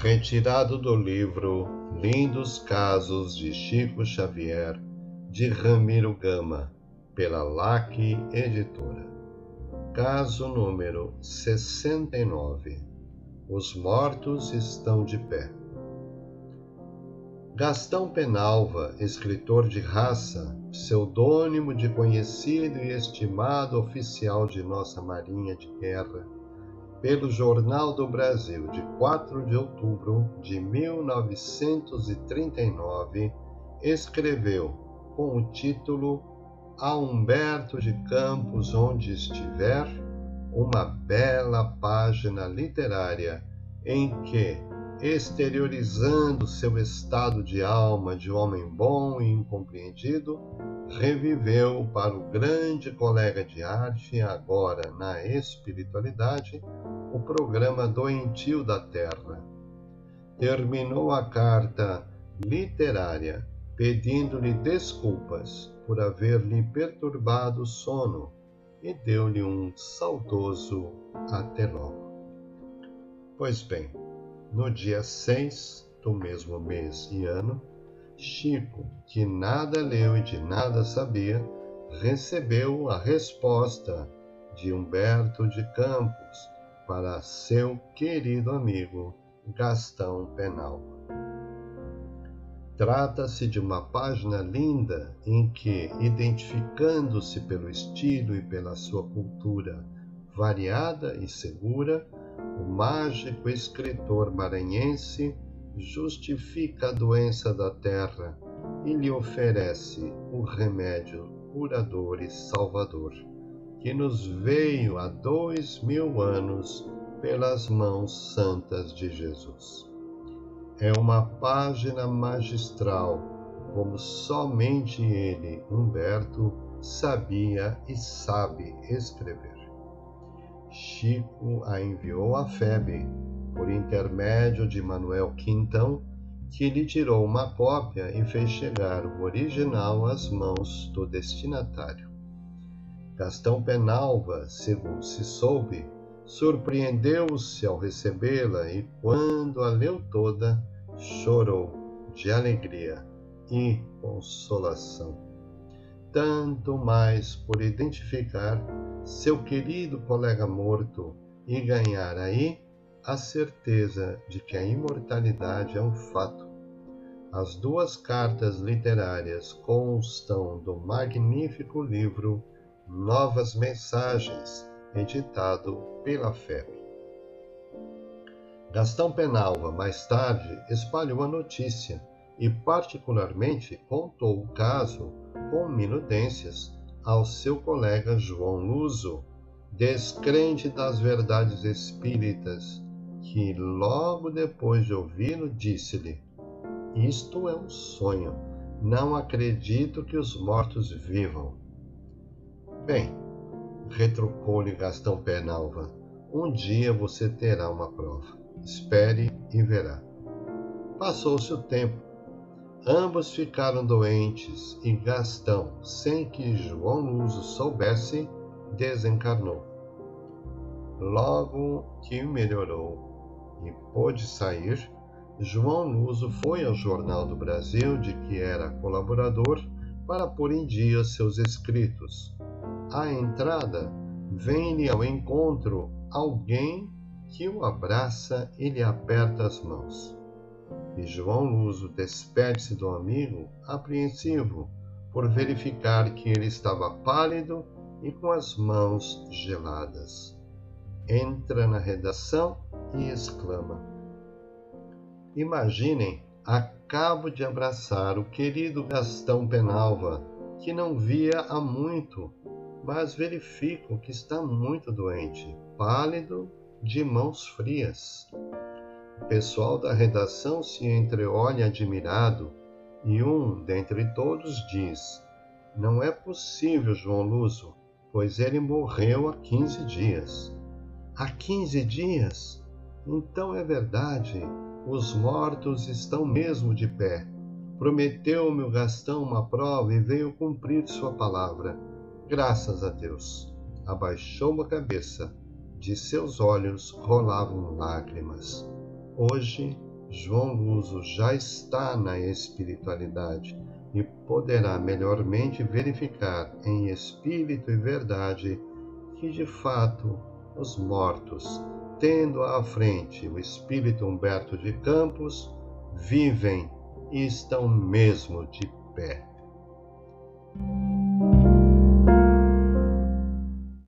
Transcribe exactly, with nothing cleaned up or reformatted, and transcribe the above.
Retirado do livro Lindos Casos de Chico Xavier, de Ramiro Gama, pela L A C Editora. Caso número sessenta e nove. Os mortos estão de pé. Gastão Penalva, escritor de raça, pseudônimo de conhecido e estimado oficial de nossa Marinha de Guerra, pelo Jornal do Brasil, de quatro de outubro de mil novecentos e trinta e nove, escreveu, com o título A Humberto de Campos onde estiver, uma bela página literária em que, exteriorizando seu estado de alma de homem bom e incompreendido, reviveu para o grande colega de arte, agora na espiritualidade, o programa doentio da Terra. Terminou a carta literária pedindo-lhe desculpas por haver-lhe perturbado o sono e deu-lhe um saudoso até logo. Pois bem, no dia seis do mesmo mês e ano, Chico, que nada leu e de nada sabia, recebeu a resposta de Humberto de Campos para seu querido amigo Gastão Penalva. Trata-se de uma página linda em que, identificando-se pelo estilo e pela sua cultura variada e segura, o mágico escritor maranhense justifica a doença da terra e lhe oferece o remédio curador e salvador, que nos veio há dois mil anos pelas mãos santas de Jesus. É uma página magistral, como somente ele, Humberto, sabia e sabe escrever. Chico a enviou a F E B, por intermédio de Manuel Quintão, que lhe tirou uma cópia e fez chegar o original às mãos do destinatário. Gastão Penalva, segundo se soube, surpreendeu-se ao recebê-la e, quando a leu toda, chorou de alegria e consolação. Tanto mais por identificar seu querido colega morto e ganhar aí a certeza de que a imortalidade é um fato. As duas cartas literárias constam do magnífico livro Novas Mensagens, editado pela F E B. Gastão Penalva, mais tarde, espalhou a notícia e, particularmente, contou o caso com minudências ao seu colega João Luso, descrente das verdades espíritas, que, logo depois de ouvi-lo, disse-lhe: "Isto é um sonho. Não acredito que os mortos vivam." "Bem," retrucou-lhe Gastão Penalva, "um dia você terá uma prova. Espere e verá." Passou-se o tempo. Ambos ficaram doentes e Gastão, sem que João Luso soubesse, desencarnou. Logo que melhorou e pôde sair, João Luso foi ao Jornal do Brasil, de que era colaborador, para pôr em dia seus escritos. À entrada, vem-lhe ao encontro alguém que o abraça e lhe aperta as mãos. E João Luso despede-se do amigo, apreensivo, por verificar que ele estava pálido e com as mãos geladas. Entra na redação e exclama: "Imaginem, acabo de abraçar o querido Gastão Penalva, que não via há muito, mas verifico que está muito doente, pálido, de mãos frias." O pessoal da redação se entreolha admirado e um dentre todos diz: "Não é possível, João Luso, pois ele morreu há quinze dias." "Há quinze dias? Então é verdade, os mortos estão mesmo de pé. Prometeu-me o Gastão uma prova e veio cumprir sua palavra. Graças a Deus." Abaixou a cabeça. De seus olhos rolavam lágrimas. Hoje João Luso já está na espiritualidade e poderá melhormente verificar em espírito e verdade que, de fato, os mortos, tendo à frente o espírito Humberto de Campos, vivem e estão mesmo de pé.